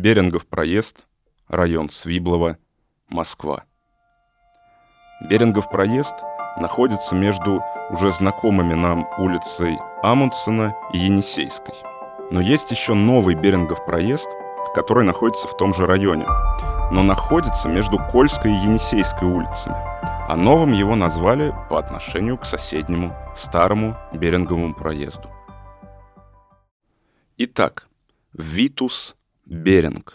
Берингов проезд, район Свиблово, Москва. Берингов проезд находится между уже знакомыми нам улицей Амундсена и Енисейской. Но есть еще новый Берингов проезд, который находится в том же районе, но находится между Кольской и Енисейской улицами, а новым его назвали по отношению к соседнему старому Беринговому проезду. Итак, Витус Беринг.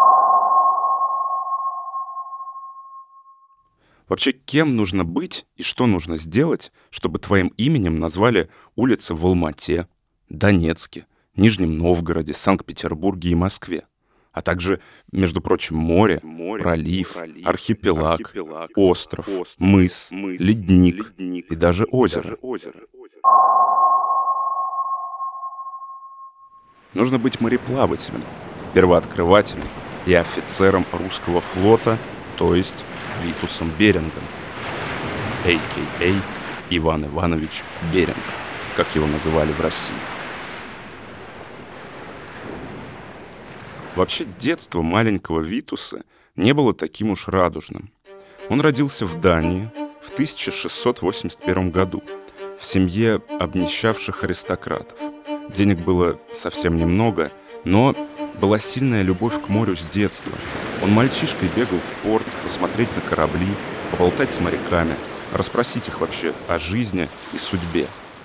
Вообще, кем нужно быть и что нужно сделать, чтобы твоим именем назвали улицы в Алма-Ате, Донецке, Нижнем Новгороде, Санкт-Петербурге и Москве, а также, между прочим, море, пролив, архипелаг, остров, мыс, ледник и даже озеро. Нужно быть мореплавателем, первооткрывателем и офицером русского флота, то есть Витусом Берингом, а.к.а. Иван Иванович Беринг, как его называли в России. Вообще, детство маленького Витуса не было таким уж радужным. Он родился в Дании в 1681 году в семье обнищавших аристократов. Денег было совсем немного, но была сильная любовь к морю с детства. Он мальчишкой бегал в порт посмотреть на корабли, поболтать с моряками, расспросить их вообще о жизни и судьбе.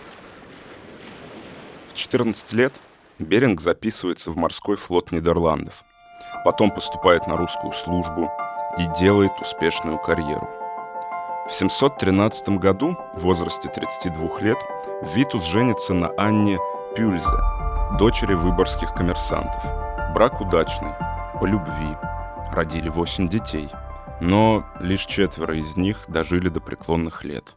В 14 лет Беринг записывается в морской флот Нидерландов. Потом поступает на русскую службу и делает успешную карьеру. В 713 году, в возрасте 32 лет, Витус женится на Анне Пюльзе, дочери выборгских коммерсантов. Брак удачный, по любви. Родили 8 детей, но лишь 4 из них дожили до преклонных лет.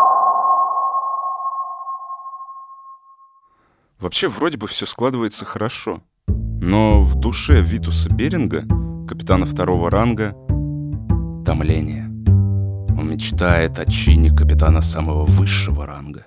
Вообще, вроде бы все складывается хорошо, но в душе Витуса Беринга, капитана 2-го ранга, томление. Он мечтает о чине капитана самого высшего ранга.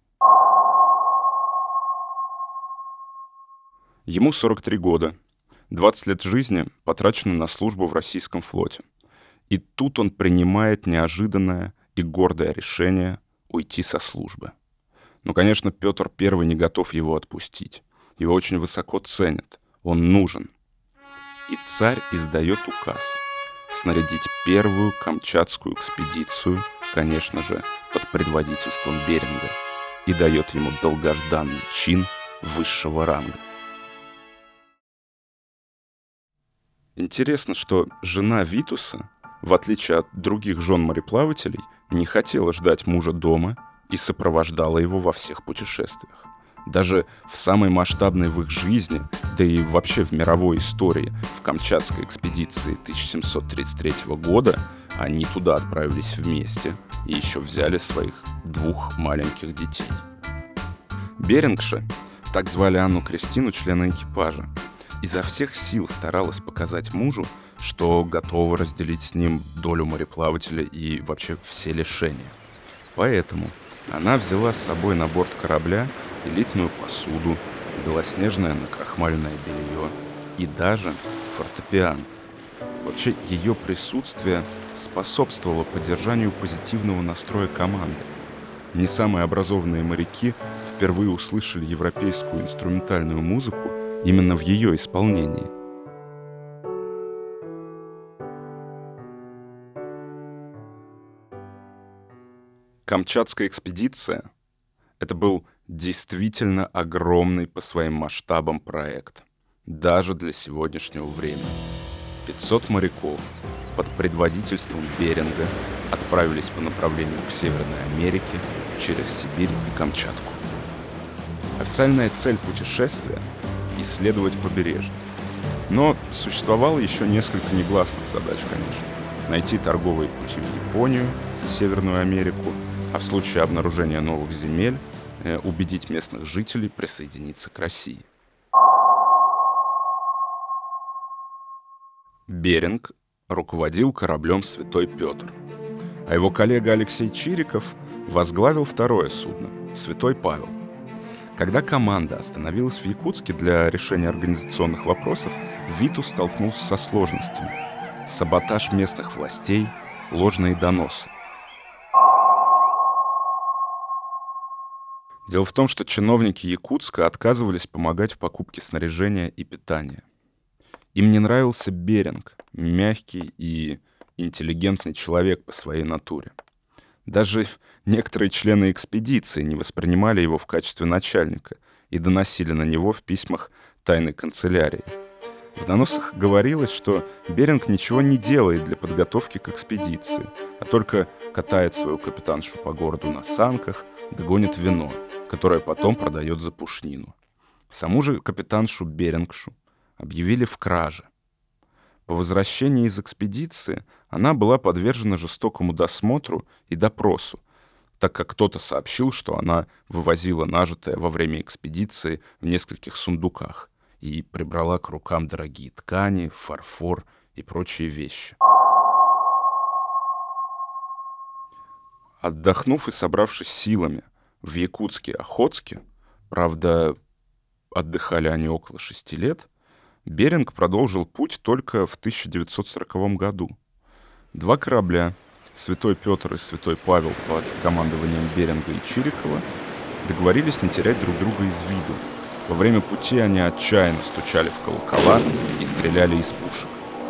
Ему 43 года. 20 лет жизни потрачены на службу в российском флоте. И тут он принимает неожиданное и гордое решение уйти со службы. Но, конечно, Петр I не готов его отпустить. Его очень высоко ценят. Он нужен. И царь издает указ снарядить первую Камчатскую экспедицию, конечно же, под предводительством Беринга, и дает ему долгожданный чин высшего ранга. Интересно, что жена Витуса, в отличие от других жен мореплавателей, не хотела ждать мужа дома и сопровождала его во всех путешествиях. Даже в самой масштабной в их жизни, да и вообще в мировой истории, в Камчатской экспедиции 1733 года, они туда отправились вместе и еще взяли своих 2 маленьких детей. Берингша, так звали Анну Кристину, члена экипажа, изо всех сил старалась показать мужу, что готова разделить с ним долю мореплавателя и вообще все лишения. Поэтому она взяла с собой на борт корабля элитную посуду, белоснежное накрахмаленное белье и даже фортепиано. Вообще, ее присутствие способствовало поддержанию позитивного настроя команды. Не самые образованные моряки впервые услышали европейскую инструментальную музыку именно в ее исполнении. Камчатская экспедиция — это был действительно огромный по своим масштабам проект, даже для сегодняшнего времени. 500 моряков под предводительством Беринга отправились по направлению к Северной Америке через Сибирь и Камчатку. Официальная цель путешествия — исследовать побережье. Но существовало еще несколько негласных задач, конечно. Найти торговые пути в Японию и Северную Америку, а в случае обнаружения новых земель убедить местных жителей присоединиться к России. Беринг руководил кораблем «Святой Петр», а его коллега Алексей Чириков возглавил второе судно «Святой Павел». Когда команда остановилась в Якутске для решения организационных вопросов, Витус столкнулся со сложностями. Саботаж местных властей, ложные доносы. Дело в том, что чиновники Якутска отказывались помогать в покупке снаряжения и питания. Им не нравился Беринг, мягкий и интеллигентный человек по своей натуре. Даже некоторые члены экспедиции не воспринимали его в качестве начальника и доносили на него в письмах тайной канцелярии. В доносах говорилось, что Беринг ничего не делает для подготовки к экспедиции, а только катает свою капитаншу по городу на санках, да гонит вино, которое потом продает за пушнину. Саму же капитаншу Берингшу объявили в краже. По возвращении из экспедиции она была подвержена жестокому досмотру и допросу, так как кто-то сообщил, что она вывозила нажитое во время экспедиции в нескольких сундуках и прибрала к рукам дорогие ткани, фарфор и прочие вещи. Отдохнув и собравшись силами в Якутске-Охотске, правда, отдыхали они около 6 лет, Беринг продолжил путь только в 1940 году. 2 корабля, «Святой Петр» и «Святой Павел» под командованием Беринга и Чирикова, договорились не терять друг друга из виду. Во время пути они отчаянно стучали в колокола и стреляли из пушек.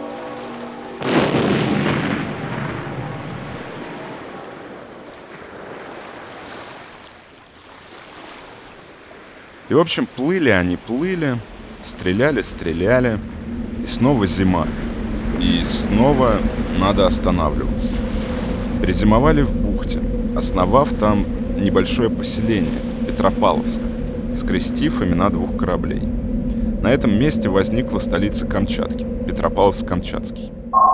И, в общем, плыли они, стреляли, и снова зима. И снова надо останавливаться. Перезимовали в бухте, основав там небольшое поселение, Петропавловск, скрестив имена 2 кораблей. На этом месте возникла столица Камчатки, Петропавловск-Камчатский.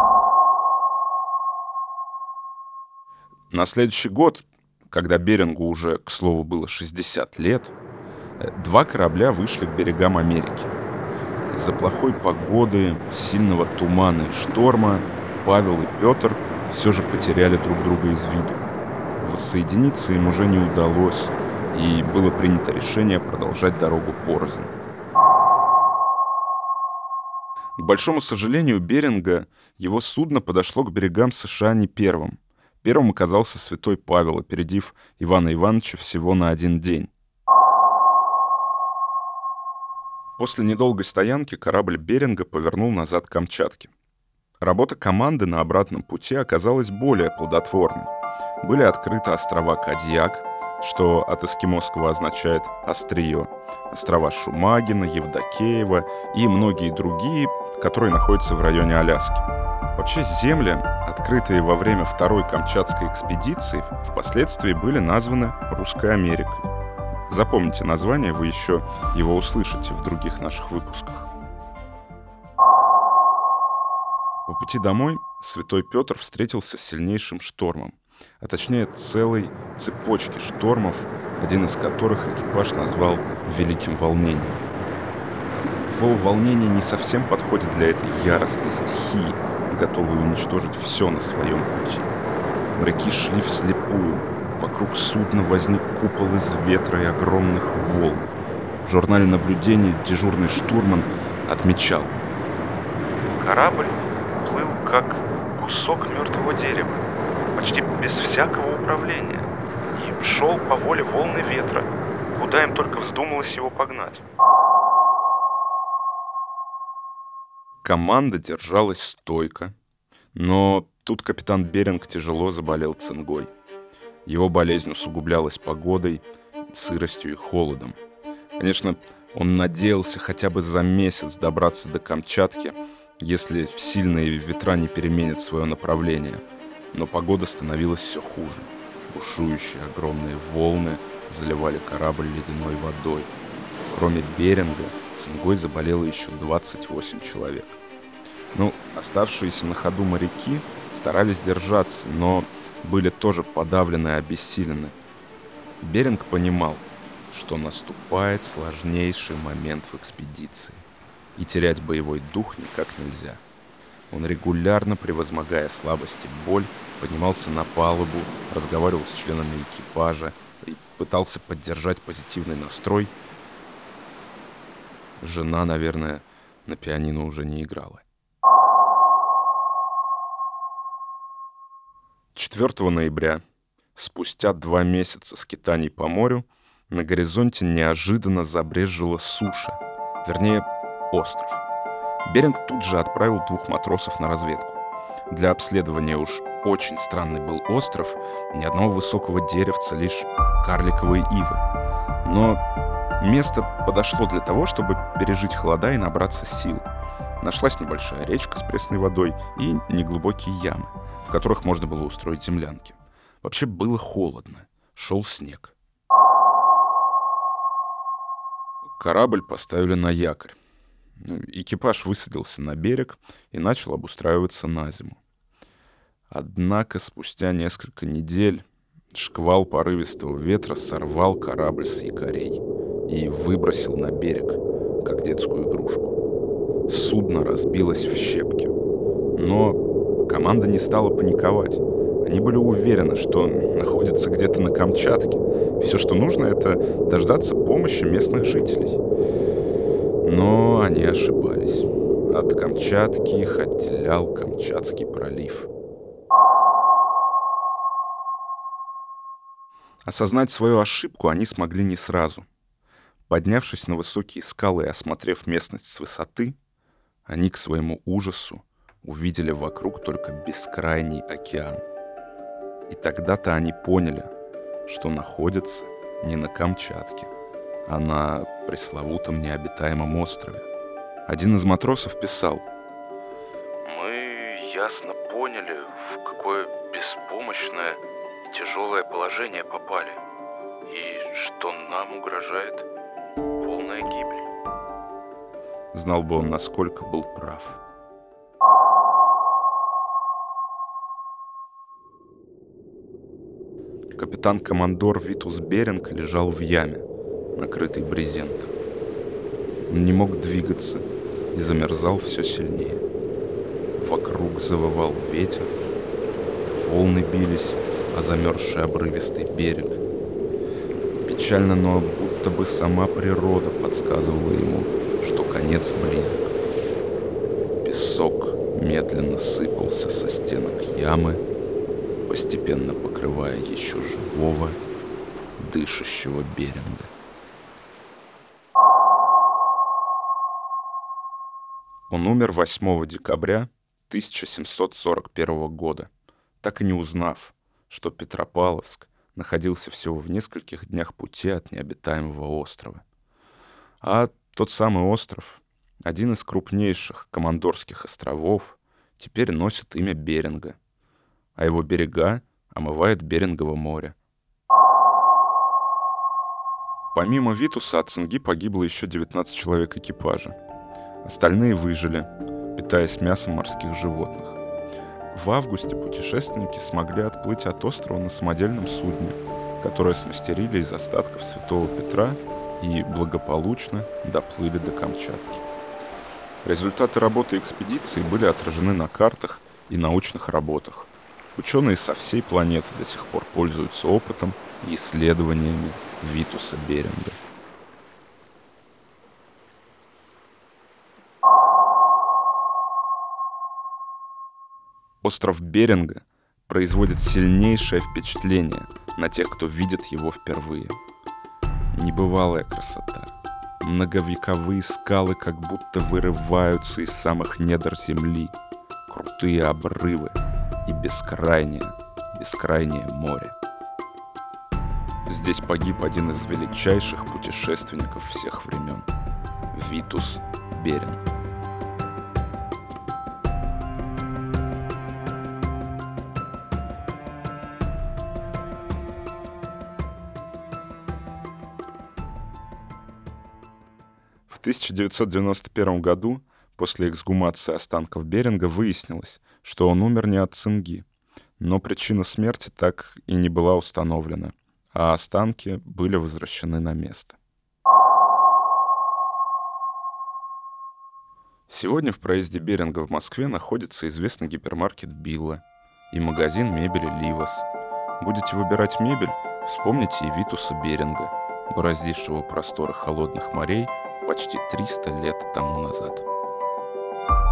На следующий год, когда Берингу уже, к слову, было 60 лет, 2 корабля вышли к берегам Америки. Из-за плохой погоды, сильного тумана и шторма Павел и Петр все же потеряли друг друга из виду. Воссоединиться им уже не удалось, и было принято решение продолжать дорогу порознь. К большому сожалению Беринга, его судно подошло к берегам США не первым. Первым оказался Святой Павел, опередив Ивана Ивановича всего на 1 день. После недолгой стоянки корабль Беринга повернул назад к Камчатке. Работа команды на обратном пути оказалась более плодотворной. Были открыты острова Кадьяк, что от эскимосского означает «острие», острова Шумагина, Евдокеева и многие другие, которые находятся в районе Аляски. Вообще земли, открытые во время Второй Камчатской экспедиции, впоследствии были названы Русской Америкой. Запомните название, вы еще его услышите в других наших выпусках. По пути домой Святой Петр встретился с сильнейшим штормом, а точнее целой цепочки штормов, один из которых экипаж назвал «великим волнением». Слово «волнение» не совсем подходит для этой яростной стихии, готовой уничтожить все на своем пути. Моряки шли вслепую. Вокруг судна возник купол из ветра и огромных волн. В журнале наблюдений дежурный штурман отмечал: корабль плыл как кусок мертвого дерева, почти без всякого управления, и шел по воле волны ветра, куда им только вздумалось его погнать. Команда держалась стойко, но тут капитан Беринг тяжело заболел цингой. Его болезнь усугублялась погодой, сыростью и холодом. Конечно, он надеялся хотя бы за месяц добраться до Камчатки, если сильные ветра не переменят свое направление. Но погода становилась все хуже. Бушующие огромные волны заливали корабль ледяной водой. Кроме Беринга, цингой заболело еще 28 человек. Оставшиеся на ходу моряки старались держаться, но были тоже подавлены и обессилены. Беринг понимал, что наступает сложнейший момент в экспедиции, и терять боевой дух никак нельзя. Он регулярно, превозмогая слабость и боль, поднимался на палубу, разговаривал с членами экипажа и пытался поддержать позитивный настрой. Жена, наверное, на пианино уже не играла. 4 ноября, спустя 2 месяца скитаний по морю, на горизонте неожиданно забрезжила суша, вернее, остров. Беринг тут же отправил 2 матросов на разведку. Для обследования уж очень странный был остров, ни одного высокого деревца, лишь карликовые ивы. Но место подошло для того, чтобы пережить холода и набраться сил. Нашлась небольшая речка с пресной водой и неглубокие ямы, в которых можно было устроить землянки. Вообще было холодно, шел снег. Корабль поставили на якорь. Экипаж высадился на берег и начал обустраиваться на зиму. Однако спустя несколько недель шквал порывистого ветра сорвал корабль с якорей и выбросил на берег, как детскую игрушку. Судно разбилось в щепки. Но команда не стала паниковать. Они были уверены, что находятся где-то на Камчатке. И все, что нужно, это дождаться помощи местных жителей. Но они ошибались. От Камчатки их отделял Камчатский пролив. Осознать свою ошибку они смогли не сразу. Поднявшись на высокие скалы и осмотрев местность с высоты, они к своему ужасу увидели вокруг только бескрайний океан. И тогда-то они поняли, что находятся не на Камчатке, а на пресловутом необитаемом острове. Один из матросов писал: «Мы ясно поняли, в какое беспомощное и тяжелое положение попали, и что нам угрожает полная гибель». Знал бы он, насколько был прав. Капитан-командор Витус Беринг лежал в яме, накрытый брезентом. Он не мог двигаться и замерзал все сильнее. Вокруг завывал ветер, волны бились о замерзший обрывистый берег. Печально, но будто бы сама природа подсказывала ему, что конец близок. Песок медленно сыпался со стенок ямы, постепенно покрывая еще живого, дышащего Беринга. Он умер 8 декабря 1741 года, так и не узнав, что Петропавловск находился всего в нескольких днях пути от необитаемого острова. А тот самый остров, один из крупнейших Командорских островов, теперь носит имя Беринга, а его берега омывает Берингово море. Помимо Витуса от цинги погибло еще 19 человек экипажа. Остальные выжили, питаясь мясом морских животных. В августе путешественники смогли отплыть от острова на самодельном судне, которое смастерили из остатков Святого Петра, и благополучно доплыли до Камчатки. Результаты работы экспедиции были отражены на картах и научных работах. Ученые со всей планеты до сих пор пользуются опытом и исследованиями Витуса Беринга. Остров Беринга производит сильнейшее впечатление на тех, кто видит его впервые. Небывалая красота. Многовековые скалы как будто вырываются из самых недр земли. Крутые обрывы и бескрайнее море. Здесь погиб один из величайших путешественников всех времен — Витус Беринг. В 1991 году, после эксгумации останков Беринга, выяснилось, что он умер не от цинги, но причина смерти так и не была установлена, а останки были возвращены на место. Сегодня в проезде Беринга в Москве находится известный гипермаркет «Билла» и магазин мебели «Ливас». Будете выбирать мебель, Вспомните и Витуса Беринга, бороздившего просторы холодных морей почти 300 лет тому назад.